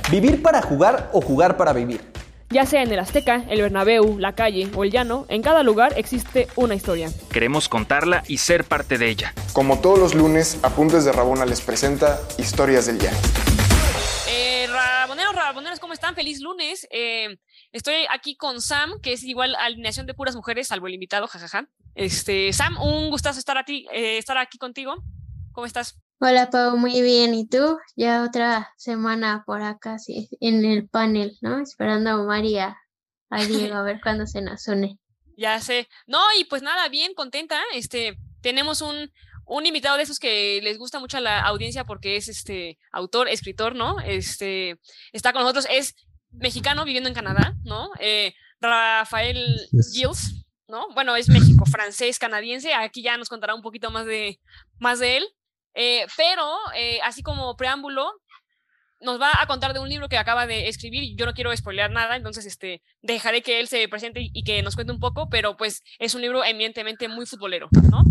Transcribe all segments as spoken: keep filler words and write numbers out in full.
¿Vivir para jugar o jugar para vivir? Ya sea en el Azteca, el Bernabéu, la calle o el llano, en cada lugar existe una historia. Queremos contarla y ser parte de ella. Como todos los lunes, Apuntes de Rabona les presenta Historias del Llano. Eh, Raboneros, Raboneros, ¿cómo están? Feliz lunes. Eh, estoy aquí con Sam, que es igual alineación de puras mujeres, salvo el invitado, jajaja. Este, Sam, un gustazo estar, a ti, eh, estar aquí contigo. ¿Cómo estás? Hola, Pau, muy bien. ¿Y tú? Ya otra semana por acá, sí, en el panel, ¿no? Esperando a María, a Diego, a ver cuándo se nos une. Ya sé. No, y pues nada, bien contenta. Este, tenemos un, un invitado de esos que les gusta mucho a la audiencia porque es este autor, escritor, ¿no? Este, está con nosotros, es mexicano viviendo en Canadá, ¿no? Eh, Rafael Gilles, ¿no? Bueno, es México, francés, canadiense. Aquí ya nos contará un poquito más de, más de él. Eh, pero, eh, así como preámbulo, nos va a contar de un libro que acaba de escribir. Yo no quiero spoilear nada, entonces este, dejaré que él se presente y, y que nos cuente un poco, pero pues es un libro eminentemente muy futbolero, ¿no?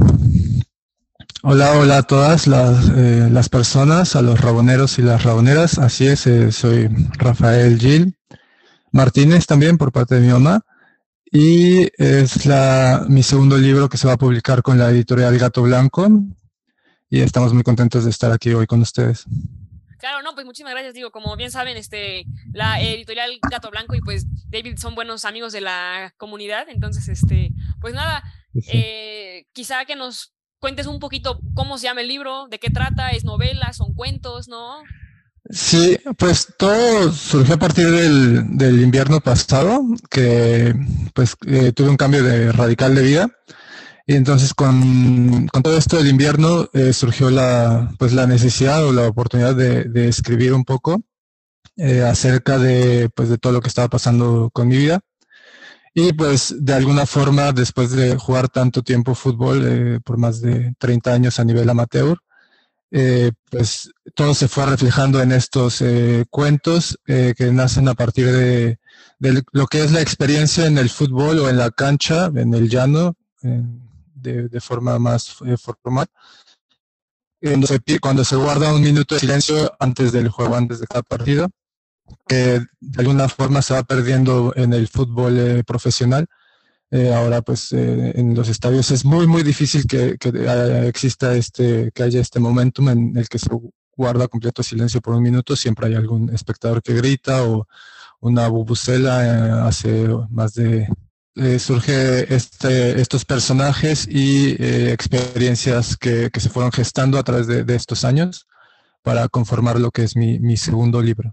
Hola, hola a todas las, eh, las personas, a los raboneros y las raboneras. Así es, eh, soy Rafael Gil Martínez también por parte de mi mamá. Y es la, mi segundo libro que se va a publicar con la editorial Gato Blanco. Y estamos muy contentos de estar aquí hoy con ustedes. Claro, no, pues muchísimas gracias, digo, como bien saben, este, la editorial Gato Blanco y pues David son buenos amigos de la comunidad, entonces, este, pues nada, sí. eh, quizá que nos cuentes un poquito cómo se llama el libro, de qué trata, es novela, son cuentos, ¿no? Sí, pues todo surgió a partir del, del invierno pasado, que pues eh, tuve un cambio de radical de vida. Y entonces con, con todo esto del invierno eh, surgió la, pues la necesidad o la oportunidad de, de escribir un poco eh, acerca de, pues de todo lo que estaba pasando con mi vida. Y pues de alguna forma, después de jugar tanto tiempo fútbol, eh, por más de treinta años a nivel amateur, eh, pues todo se fue reflejando en estos eh, cuentos eh, que nacen a partir de, de lo que es la experiencia en el fútbol o en la cancha, en el llano, en, De, de forma más eh, formal, cuando se, cuando se guarda un minuto de silencio antes del juego, antes de cada partido, que de alguna forma se va perdiendo en el fútbol eh, profesional. Eh, ahora pues eh, en los estadios es muy muy difícil que, que haya, exista este, que haya este momentum en el que se guarda completo silencio por un minuto. Siempre hay algún espectador que grita o una bubucela. Eh, hace más de Eh, surge este, estos personajes y eh, experiencias que, que se fueron gestando a través de, de estos años para conformar lo que es mi, mi segundo libro.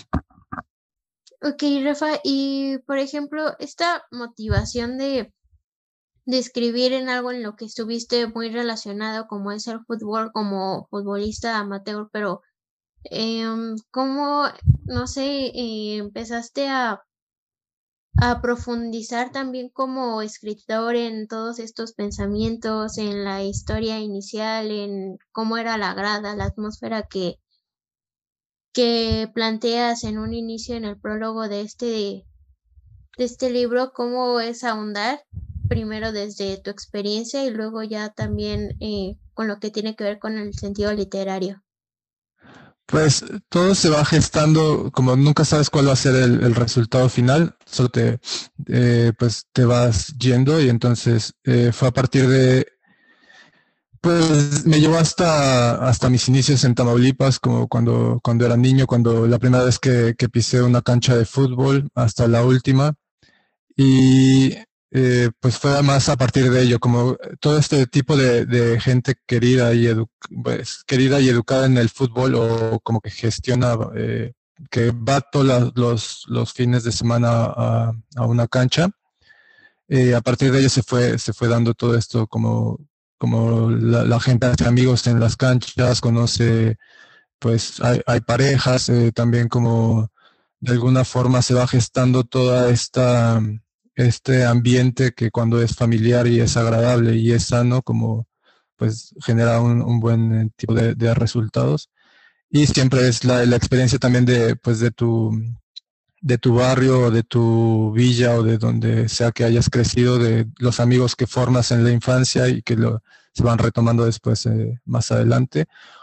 Ok, Rafa, y por ejemplo, esta motivación de, de escribir en algo en lo que estuviste muy relacionado, como es el fútbol, como futbolista amateur, pero eh, ¿cómo, no sé, eh, empezaste a a profundizar también como escritor en todos estos pensamientos, en la historia inicial, en cómo era la grada, la atmósfera que, que planteas en un inicio, en el prólogo de este, de este libro? ¿Cómo es ahondar primero desde tu experiencia y luego ya también eh, con lo que tiene que ver con el sentido literario? Pues todo se va gestando, como nunca sabes cuál va a ser el, el resultado final, solo te, eh, pues te vas yendo y entonces eh, fue a partir de, pues me llevó hasta, hasta mis inicios en Tamaulipas, como cuando, cuando era niño, cuando la primera vez que, que pisé una cancha de fútbol, hasta la última. Y eh, pues fue más a partir de ello, como todo este tipo de, de gente querida y, edu pues, querida y educada en el fútbol, o como que gestiona, eh, que va todos la, los, los fines de semana a, a una cancha. Eh, a partir de ello se fue, se fue dando todo esto, como, como la, la gente hace amigos en las canchas, conoce, pues hay, hay parejas, eh, también como de alguna forma se va gestando toda esta... este ambiente que cuando es familiar y es agradable y es sano, como pues genera un, un buen tipo de, de resultados. Y siempre es la, la experiencia también de, pues de tu, de tu barrio, de tu villa o de donde sea que hayas crecido, de los amigos que formas en la infancia y que lo, se van retomando después eh, más adelante,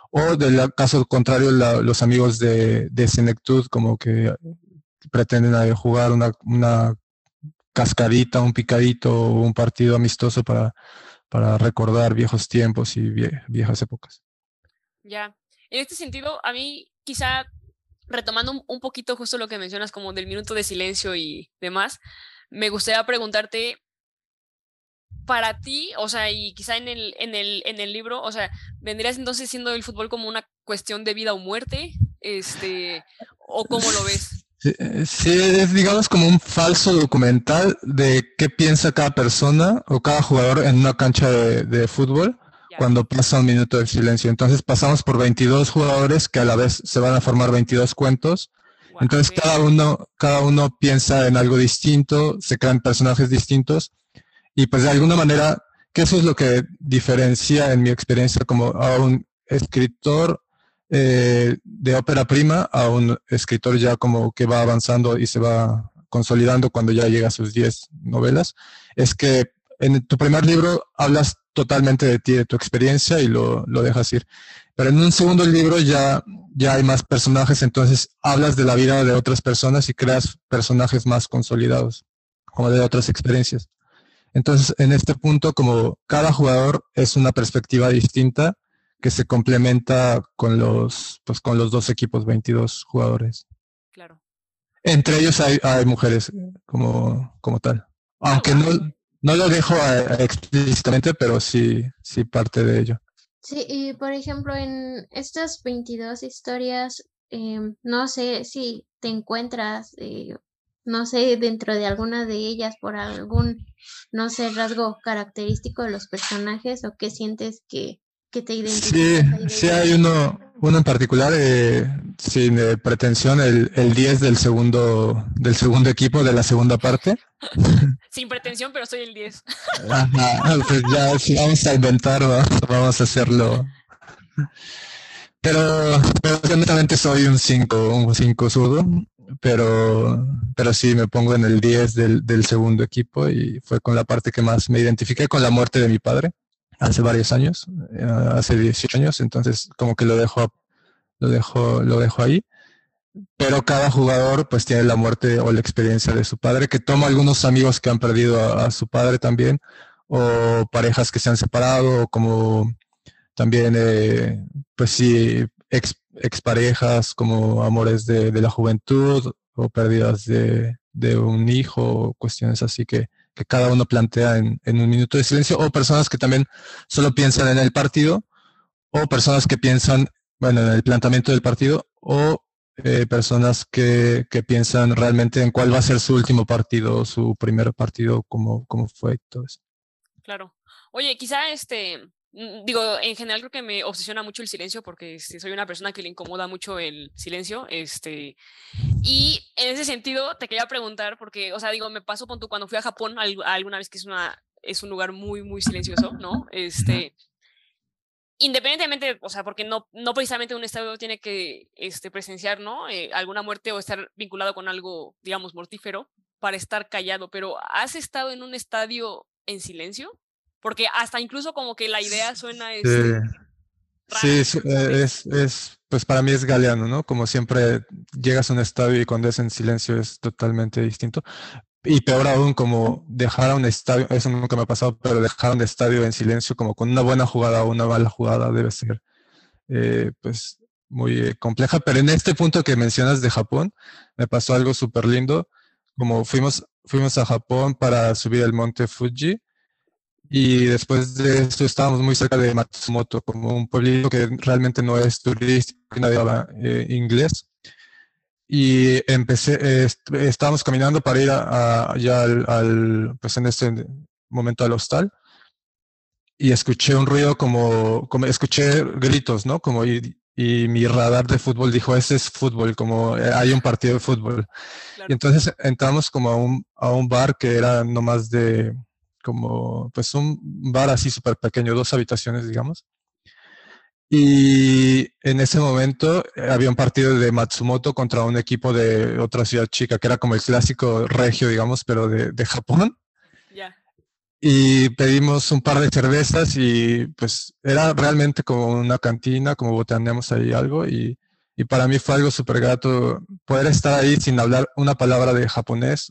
O del caso contrario, la, los amigos de, de Senectud como que pretenden eh, jugar una, una cascarita, un picadito o un partido amistoso para, para recordar viejos tiempos y vie, viejas épocas. Ya, en este sentido, a mí quizá retomando un, un poquito justo lo que mencionas como del minuto de silencio y demás, me gustaría preguntarte, para ti, o sea, y quizá en el, en el, en el libro, o sea, ¿vendrías entonces siendo el fútbol como una cuestión de vida o muerte? Este, ¿o cómo lo ves? Sí, sí, es digamos como un falso documental de qué piensa cada persona o cada jugador en una cancha de, de fútbol ya. Cuando pasa un minuto de silencio. Entonces pasamos por veintidós jugadores que a la vez se van a formar veintidós cuentos. Wow, Entonces okay. cada uno, cada uno piensa en algo distinto, se crean personajes distintos y pues de alguna manera, que eso es lo que diferencia en mi experiencia como a un escritor Eh, de ópera prima a un escritor ya como que va avanzando y se va consolidando cuando ya llega a sus diez novelas, es que en tu primer libro hablas totalmente de ti, de tu experiencia y lo, lo dejas ir. Pero en un segundo libro ya, ya hay más personajes, entonces hablas de la vida de otras personas y creas personajes más consolidados, como de otras experiencias. Entonces, en este punto, como cada jugador es una perspectiva distinta, que se complementa con los pues con los dos equipos, veintidós jugadores. Claro. Entre ellos hay, hay mujeres como, como tal. Aunque no, no lo dejo a, a explícitamente, pero sí, sí parte de ello. Sí, y por ejemplo, en estas veintidós historias, eh, no sé si te encuentras, eh, no sé, dentro de alguna de ellas por algún, no sé, rasgo característico de los personajes o qué sientes que que te identifica. Sí, sí hay uno, uno en particular, eh, sin eh, pretensión, el, el diez del segundo, del segundo equipo de la segunda parte. Sin pretensión, pero soy el diez. Ajá, pues ya si vamos a inventar, vamos, vamos a hacerlo. Pero, pero honestamente soy un cinco, un cinco zurdo, pero, pero sí me pongo en el diez del, del segundo equipo y fue con la parte que más me identifiqué, con la muerte de mi padre. Hace varios años, hace dieciocho años, entonces como que lo dejo, lo dejo, lo dejo ahí. Pero cada jugador pues tiene la muerte o la experiencia de su padre, que toma algunos amigos que han perdido a, a su padre también, o parejas que se han separado, o como también, eh, pues sí, ex, exparejas, como amores de, de la juventud, o pérdidas de, de un hijo, o cuestiones así que que cada uno plantea en, en un minuto de silencio, o personas que también solo piensan en el partido, o personas que piensan, bueno, en el planteamiento del partido, o eh, personas que, que piensan realmente en cuál va a ser su último partido, su primer partido, cómo, cómo fue y todo eso. Claro. Oye, quizá este, digo, en general creo que me obsesiona mucho el silencio porque este, soy una persona que le incomoda mucho el silencio, este, y en ese sentido te quería preguntar porque, o sea, digo, me pasó con tú cuando fui a Japón alguna vez que es una es un lugar muy muy silencioso, ¿no? Este, independientemente, o sea, porque no no precisamente un estadio tiene que este presenciar, ¿no? Eh, alguna muerte o estar vinculado con algo, digamos, mortífero para estar callado, pero ¿has estado en un estadio en silencio? Porque hasta incluso como que la idea suena sí, este, rara, sí, sí es, es, pues para mí es galeano, ¿no? Como siempre llegas a un estadio y cuando es en silencio es totalmente distinto. Y peor aún, como dejar a un estadio, eso nunca me ha pasado, pero dejar un estadio en silencio como con una buena jugada o una mala jugada debe ser eh, pues muy eh, compleja. Pero en este punto que mencionas de Japón, me pasó algo súper lindo. Como fuimos, fuimos a Japón para subir el monte Fuji. Y después de eso estábamos muy cerca de Matsumoto, como un pueblito que realmente no es turístico, nadie habla eh, inglés. Y empecé, eh, est estábamos caminando para ir a, a, ya al, al, pues en este momento al hostal. Y escuché un ruido como, como escuché gritos, ¿no? Como y, y mi radar de fútbol dijo, ese es fútbol, como eh, hay un partido de fútbol. Claro. Y entonces entramos como a un, a un bar que era nomás de... como pues un bar así súper pequeño, dos habitaciones, digamos. Y en ese momento había un partido de Matsumoto contra un equipo de otra ciudad chica, que era como el clásico regio, digamos, pero de, de Japón. Yeah. y pedimos un par de cervezas y pues era realmente como una cantina, como botaneamos ahí algo y, y para mí fue algo súper grato poder estar ahí sin hablar una palabra de japonés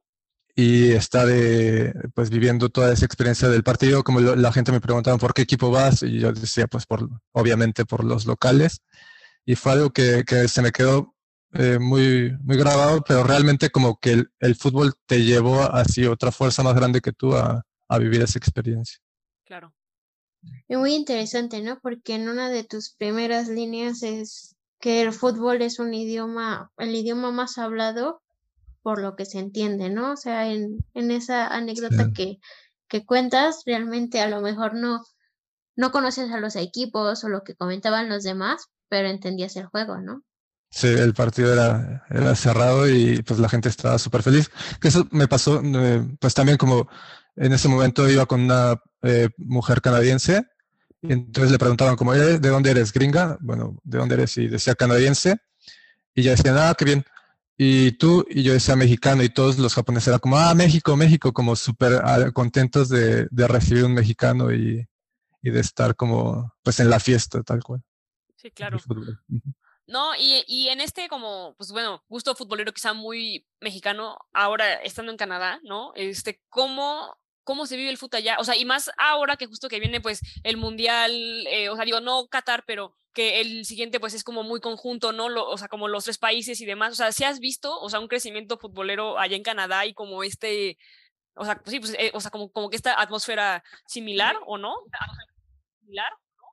y estar eh, pues viviendo toda esa experiencia del partido, como lo, la gente me preguntaba por qué equipo vas y yo decía pues por obviamente por los locales y fue algo que, que se me quedó eh, muy, muy grabado, pero realmente como que el, el fútbol te llevó así otra fuerza más grande que tú a, a vivir esa experiencia. Claro. Es muy interesante, ¿no? Porque en una de tus primeras líneas es que el fútbol es un idioma, el idioma más hablado por lo que se entiende, ¿no? O sea, en, en esa anécdota Sí. que, que cuentas, realmente a lo mejor no, no conoces a los equipos o lo que comentaban los demás, pero entendías el juego, ¿no? Sí, el partido era, era cerrado y pues la gente estaba súper feliz. Que eso me pasó, eh, pues también como en ese momento iba con una eh, mujer canadiense y entonces le preguntaban como, "¿Eres- ¿de dónde eres? ¿Gringa? Bueno, ¿de dónde eres?" Y decía canadiense y ya decían, ah, qué bien. Y tú, y yo decía mexicano y todos los japoneses eran como, ah, México, México, como súper ah, contentos de, de recibir un mexicano y, y de estar como pues en la fiesta tal cual. Sí, del claro. fútbol. Ujú. No, y, y en este como, pues bueno, gusto futbolero quizá muy mexicano, ahora estando en Canadá, ¿no? Este, ¿cómo, cómo se vive el fútbol allá? O sea, y más ahora que justo que viene pues el Mundial, eh, o sea, digo, no Qatar, pero que el siguiente pues es como muy conjunto, ¿no? Lo, o sea, como los tres países y demás. O sea, ¿sí has visto, o sea, un crecimiento futbolero allá en Canadá y como este, o sea, pues sí, pues, eh, o sea, como, como que esta atmósfera similar, ¿o no? ¿Similar?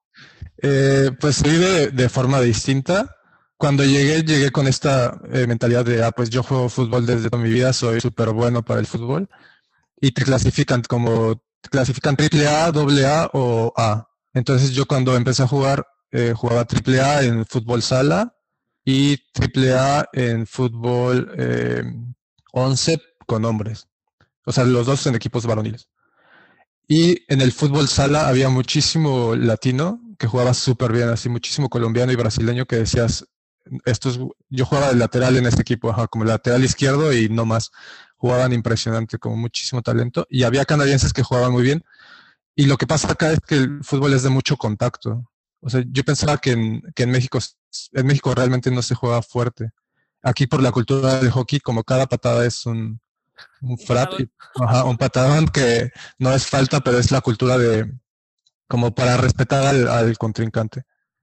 Eh, pues se vive de, de forma distinta. Cuando llegué, llegué con esta eh, mentalidad de, ah, pues yo juego fútbol desde toda mi vida, soy súper bueno para el fútbol. Y te clasifican como, te clasifican triple A, doble A o A. Entonces yo cuando empecé a jugar, eh, jugaba triple A en fútbol sala y triple A en fútbol eh, once con hombres. O sea, los dos en equipos varoniles. Y en el fútbol sala había muchísimo latino que jugaba súper bien, así muchísimo colombiano y brasileño que decías, estos, yo jugaba de lateral en este equipo, ajá, como lateral izquierdo y no más. Jugaban impresionante, como muchísimo talento. Y había canadienses que jugaban muy bien. Y lo que pasa acá es que el fútbol es de mucho contacto. O sea, yo pensaba que en, que en México, en México realmente no se juega fuerte. Aquí por la cultura del hockey, como cada patada es un, un frap, y, ajá, un patadón que no es falta, pero es la cultura de como para respetar al, al contrincante.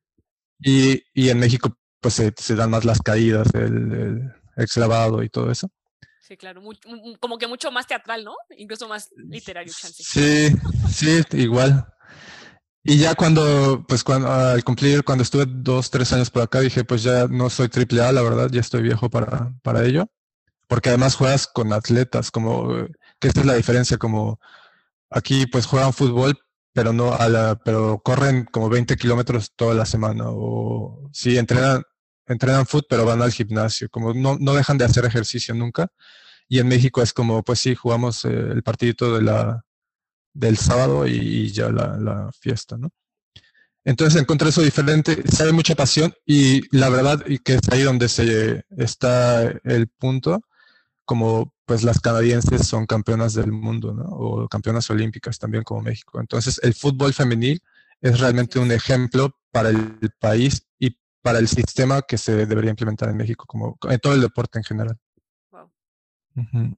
Y, y, en México pues se, se, dan más las caídas, el, el exclavado y todo eso. Sí, claro, muy, como que mucho más teatral, ¿no? Incluso más literario, chance. Sí, sí, igual. Y ya cuando, pues cuando, al cumplir, cuando estuve dos, tres años por acá, dije, pues ya no soy triple A, la verdad, ya estoy viejo para, para ello. Porque además juegas con atletas, como, que esta es la diferencia, como aquí pues juegan fútbol, pero no a la, pero corren como veinte kilómetros toda la semana, o sí, entrenan, entrenan fútbol, pero van al gimnasio, como no, no dejan de hacer ejercicio nunca. Y en México es como, pues sí, jugamos eh, el partidito de la, del sábado y, y ya la, la fiesta, ¿no? Entonces encontré eso diferente, sabe mucha pasión y la verdad y que es ahí donde se está el punto, como pues las canadienses son campeonas del mundo, ¿no? O campeonas olímpicas también como México. Entonces el fútbol femenil es realmente un ejemplo para el país y para el sistema que se debería implementar en México, como en todo el deporte en general. Wow. Uh-huh.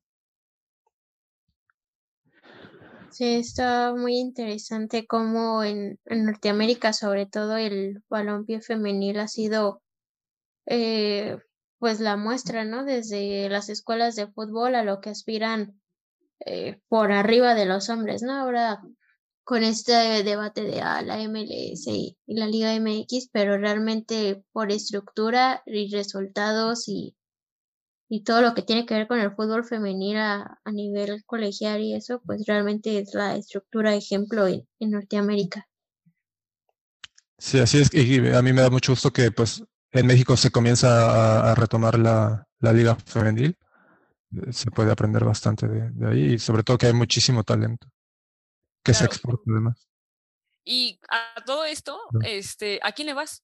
Sí, está muy interesante cómo en, en Norteamérica, sobre todo el balompié femenil ha sido eh, pues la muestra, ¿no? Desde las escuelas de fútbol a lo que aspiran eh, por arriba de los hombres, ¿no? Ahora con este debate de ah, la M L S y, y la Liga M X, pero realmente por estructura y resultados y y todo lo que tiene que ver con el fútbol femenil a, a nivel colegial y eso, pues realmente es la estructura ejemplo en, en Norteamérica. Sí, así es. Y a mí me da mucho gusto que pues en México se comienza a, a retomar la, la liga femenil. Se puede aprender bastante de, de ahí y sobre todo que hay muchísimo talento que claro. Se exporta además. Y a todo esto, no. este, ¿a quién le vas?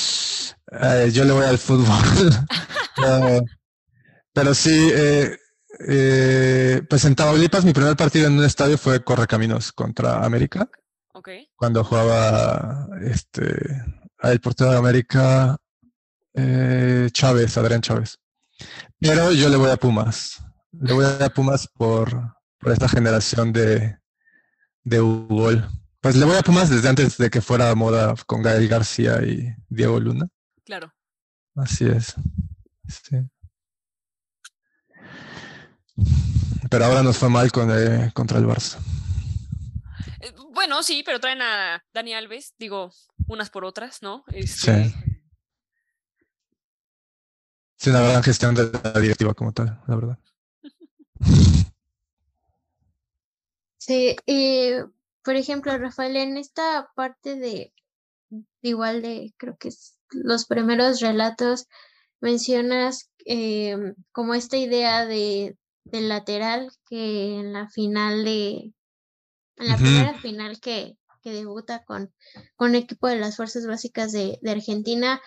Eh, yo le voy al fútbol. uh, Pero sí, eh, eh, pues en Tamaulipas mi primer partido en un estadio fue Correcaminos contra América, Ok. cuando jugaba este, el portero de América, eh, Chávez, Adrián Chávez. Pero yo le voy a Pumas. Le voy a Pumas por, por esta generación de, de Hugo. Pues le voy a Pumas desde antes de que fuera moda con Gael García y Diego Luna. Claro. Así es. Sí. Pero ahora nos fue mal con, eh, contra el Barça. Eh, Bueno, sí, pero traen a Dani Alves, digo, unas por otras, ¿no? Este, Sí. Sí, una gran gestión de la directiva como tal, la verdad. Sí, y por ejemplo, Rafael, en esta parte de, igual de, creo que es los primeros relatos, mencionas em, como esta idea de del lateral que en la final de, en la Ujú. primera final que, que debuta con, con el equipo de las fuerzas básicas de, de Argentina,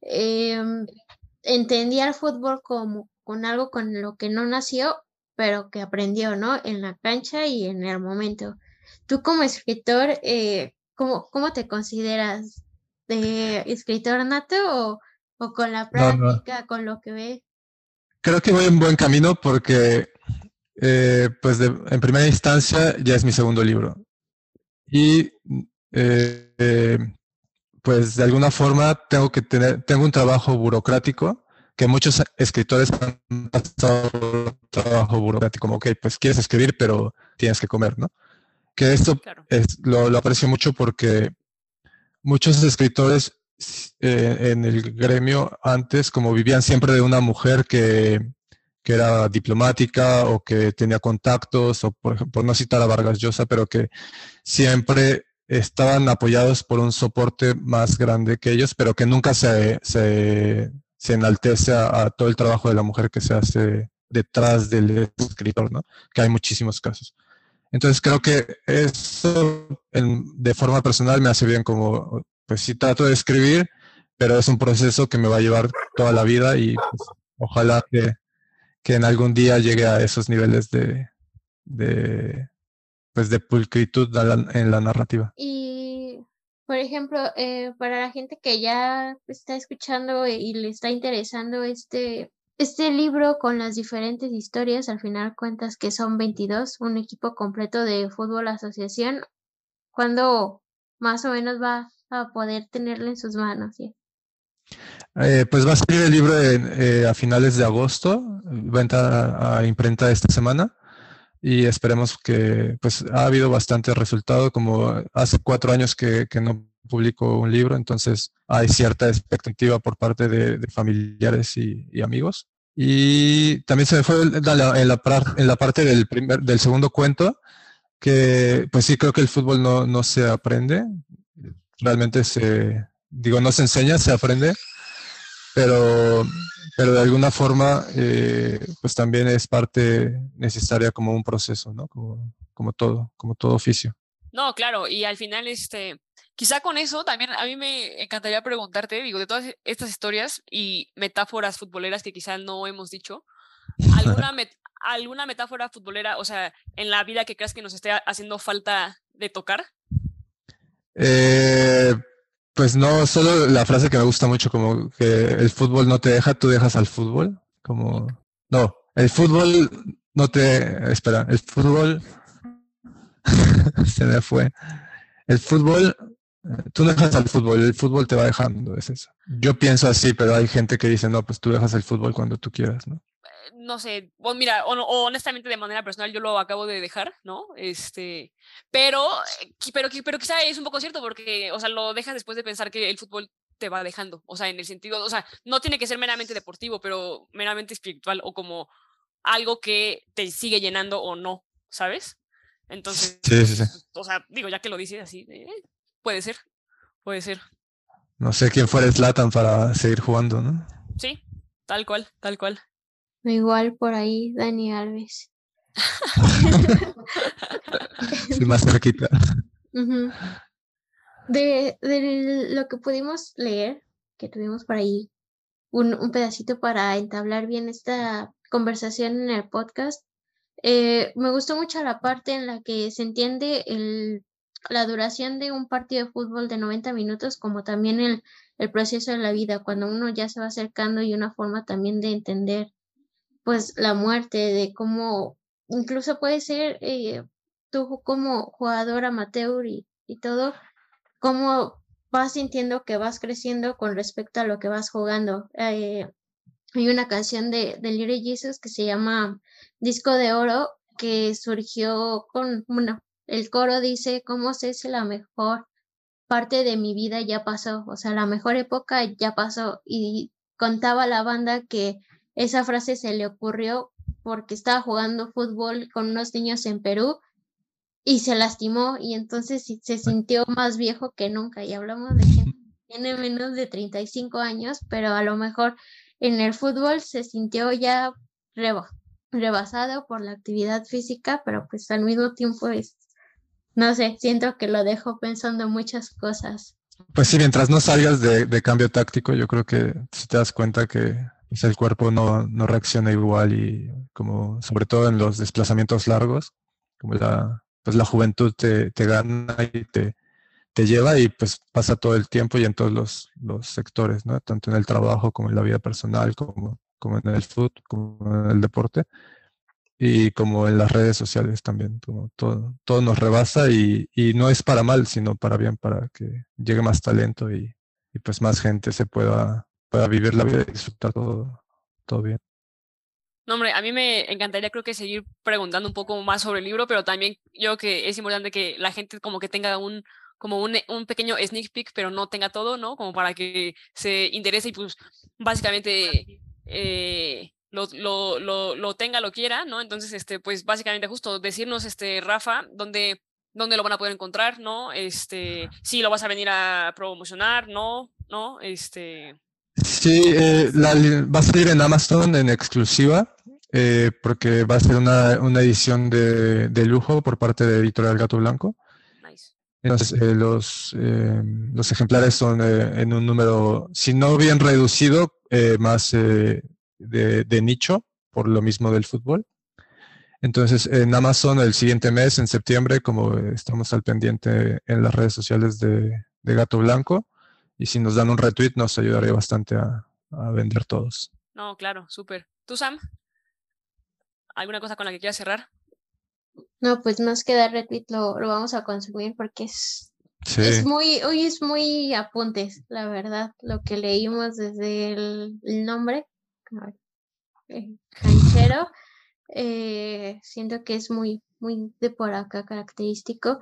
em, entendía el fútbol como con algo con lo que no nació, pero que aprendió, ¿no? En la cancha y en el momento. Tú como escritor, eh, ¿cómo, cómo te consideras? ¿De escritor nato o, o con la No, no. práctica, con lo que ves? Creo que voy en buen camino porque, eh, pues, de- en primera instancia ya es mi segundo libro. Y, eh, eh, pues, de alguna forma tengo que tener, tengo un trabajo burocrático que muchos escritores han pasado por un trabajo burocrático, como, ok, pues quieres escribir, pero tienes que comer, ¿no? Que esto claro. es, lo, lo aprecio mucho porque muchos escritores eh, en el gremio antes, como vivían siempre de una mujer que, que era diplomática o que tenía contactos, o por ejemplo, por no citar a Vargas Llosa, pero que siempre estaban apoyados por un soporte más grande que ellos, pero que nunca se, se, se enaltece a, a todo el trabajo de la mujer que se hace detrás del escritor, ¿no? Que hay muchísimos casos. Entonces creo que eso en, de forma personal me hace bien, como, pues sí trato de escribir, pero es un proceso que me va a llevar toda la vida y pues, ojalá que, que en algún día llegue a esos niveles de, de, pues, de pulcritud en la, en la narrativa. Y, por ejemplo, eh, para la gente que ya está escuchando y le está interesando este, este libro con las diferentes historias, al final cuentas que son veintidós, un equipo completo de fútbol asociación, ¿cuándo más o menos va a poder tenerlo en sus manos? ¿Sí? Eh, pues va a salir el libro en, eh, a finales de agosto, va a entrar a, a imprenta esta semana. Y esperemos que, pues ha habido bastante resultado, como hace cuatro años que, que no publico un libro, entonces hay cierta expectativa por parte de, de familiares y, y amigos. Y también se me fue en la, en la, par- en la parte del, primer, del segundo cuento, que pues sí creo que el fútbol no, no se aprende, realmente se, digo, no se enseña, se aprende, pero, pero de alguna forma, eh, pues también es parte necesaria como un proceso, ¿no? Como, como todo, como todo oficio. No, claro, y al final, este, quizá con eso también a mí me encantaría preguntarte, digo, de todas estas historias y metáforas futboleras que quizá no hemos dicho, ¿alguna, met alguna metáfora futbolera, o sea, en la vida que creas que nos esté haciendo falta de tocar? Eh, pues no, solo la frase que me gusta mucho, como que el fútbol no te deja, tú dejas al fútbol. Como, no, el fútbol no te, espera, el fútbol se me fue. El fútbol, eh, tú no dejas al fútbol, el fútbol te va dejando, es eso. Yo pienso así, pero hay gente que dice, no, pues tú dejas el fútbol cuando tú quieras, ¿no? No sé, o mira, o, o honestamente de manera personal yo lo acabo de dejar, ¿no? Este, pero, pero, pero quizá es un poco cierto porque, o sea, lo dejas después de pensar que el fútbol te va dejando, o sea, en el sentido, o sea, no tiene que ser meramente deportivo, pero meramente espiritual o como algo que te sigue llenando o no, ¿sabes? Entonces, Sí, sí, sí. pues, o sea, digo, ya que lo dices así, eh, puede ser, puede ser. No sé quién fuera Zlatan para seguir jugando, ¿no? Sí, tal cual, tal cual. Igual por ahí, Dani Alves. Sí, más cerquita. Ujú. De, de lo que pudimos leer, que tuvimos por ahí un, un pedacito para entablar bien esta conversación en el podcast. Eh, me gustó mucho la parte en la que se entiende el, la duración de un partido de fútbol de noventa minutos, como también el, el proceso de la vida, cuando uno ya se va acercando, y una forma también de entender pues la muerte, de cómo incluso puede ser eh, tú como jugador amateur y, y todo, cómo vas sintiendo que vas creciendo con respecto a lo que vas jugando. Eh, hay una canción de, de Little Jesus que se llama Disco de Oro, que surgió con, bueno, el coro dice, ¿cómo sé si la mejor parte de mi vida ya pasó? O sea, la mejor época ya pasó. Y contaba la banda que esa frase se le ocurrió porque estaba jugando fútbol con unos niños en Perú y se lastimó, y entonces se sintió más viejo que nunca. Y hablamos de gente que tiene menos de treinta y cinco años, pero a lo mejor en el fútbol se sintió ya reba, rebasado por la actividad física, pero pues al mismo tiempo es, no sé, siento que lo dejo pensando muchas cosas. Pues sí, mientras no salgas de, de cambio táctico, yo creo que si te das cuenta que pues, el cuerpo no, no reacciona igual, y como sobre todo en los desplazamientos largos, como la, pues la juventud te, te gana y te, te lleva, y pues pasa todo el tiempo y en todos los, los sectores, ¿no? Tanto en el trabajo como en la vida personal, como, como en el fútbol, como en el deporte, y como en las redes sociales también, como todo, todo nos rebasa, y, y no es para mal, sino para bien, para que llegue más talento y, y pues más gente se pueda, pueda vivir la vida y disfrutar todo, todo bien. No, hombre, a mí me encantaría, creo que seguir preguntando un poco más sobre el libro, pero también yo creo que es importante que la gente como que tenga un como un, un pequeño sneak peek, pero no tenga todo, ¿no? Como para que se interese y pues básicamente eh, lo, lo, lo, lo tenga, lo quiera, ¿no? Entonces, este, pues básicamente justo decirnos, este, Rafa, dónde, dónde lo van a poder encontrar, ¿no? Este, si lo vas a venir a promocionar, ¿no? ¿No? Este... Sí, eh, la, va a salir en Amazon en exclusiva, eh, porque va a ser una, una edición de, de lujo por parte de Editorial Gato Blanco. Nice. Entonces, eh, los, eh, los ejemplares son eh, en un número, si no bien reducido, eh, más eh, de, de nicho, por lo mismo del fútbol. Entonces, en Amazon el siguiente mes, en septiembre, como estamos al pendiente en las redes sociales de, de Gato Blanco, y si nos dan un retweet, nos ayudaría bastante a, a vender todos. No, claro, súper. ¿Tú, Sam? ¿Alguna cosa con la que quieras cerrar? No, pues más que dar retweet lo, lo vamos a consumir porque es, sí. es muy, hoy es muy apuntes, la verdad, lo que leímos desde el, el nombre, eh, canchero, eh, siento que es muy, muy de por acá característico.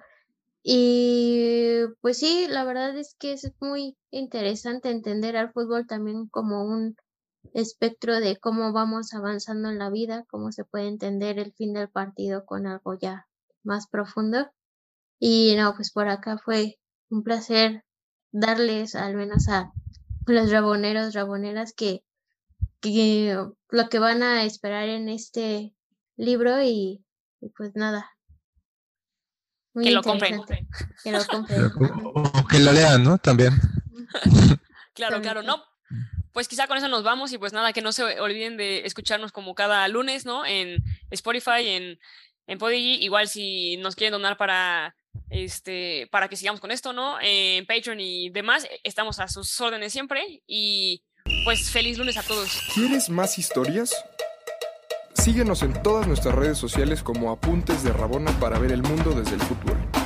Y pues sí, la verdad es que es muy interesante entender al fútbol también como un espectro de cómo vamos avanzando en la vida, cómo se puede entender el fin del partido con algo ya más profundo. Y no, pues por acá fue un placer darles al menos a los raboneros, raboneras que, que lo que van a esperar en este libro, y, y pues nada. Muy que lo compren. Que lo compren. O, o que lo lean, ¿no? También. Claro, claro, no. Pues quizá con eso nos vamos, y pues nada, que no se olviden de escucharnos como cada lunes, ¿no? En Spotify, en, en Podigy, igual si nos quieren donar para, este, para que sigamos con esto, ¿no? En Patreon y demás, estamos a sus órdenes siempre, y pues feliz lunes a todos. ¿Quieres más historias? Síguenos en todas nuestras redes sociales como Apuntes de Rabona para ver el mundo desde el fútbol.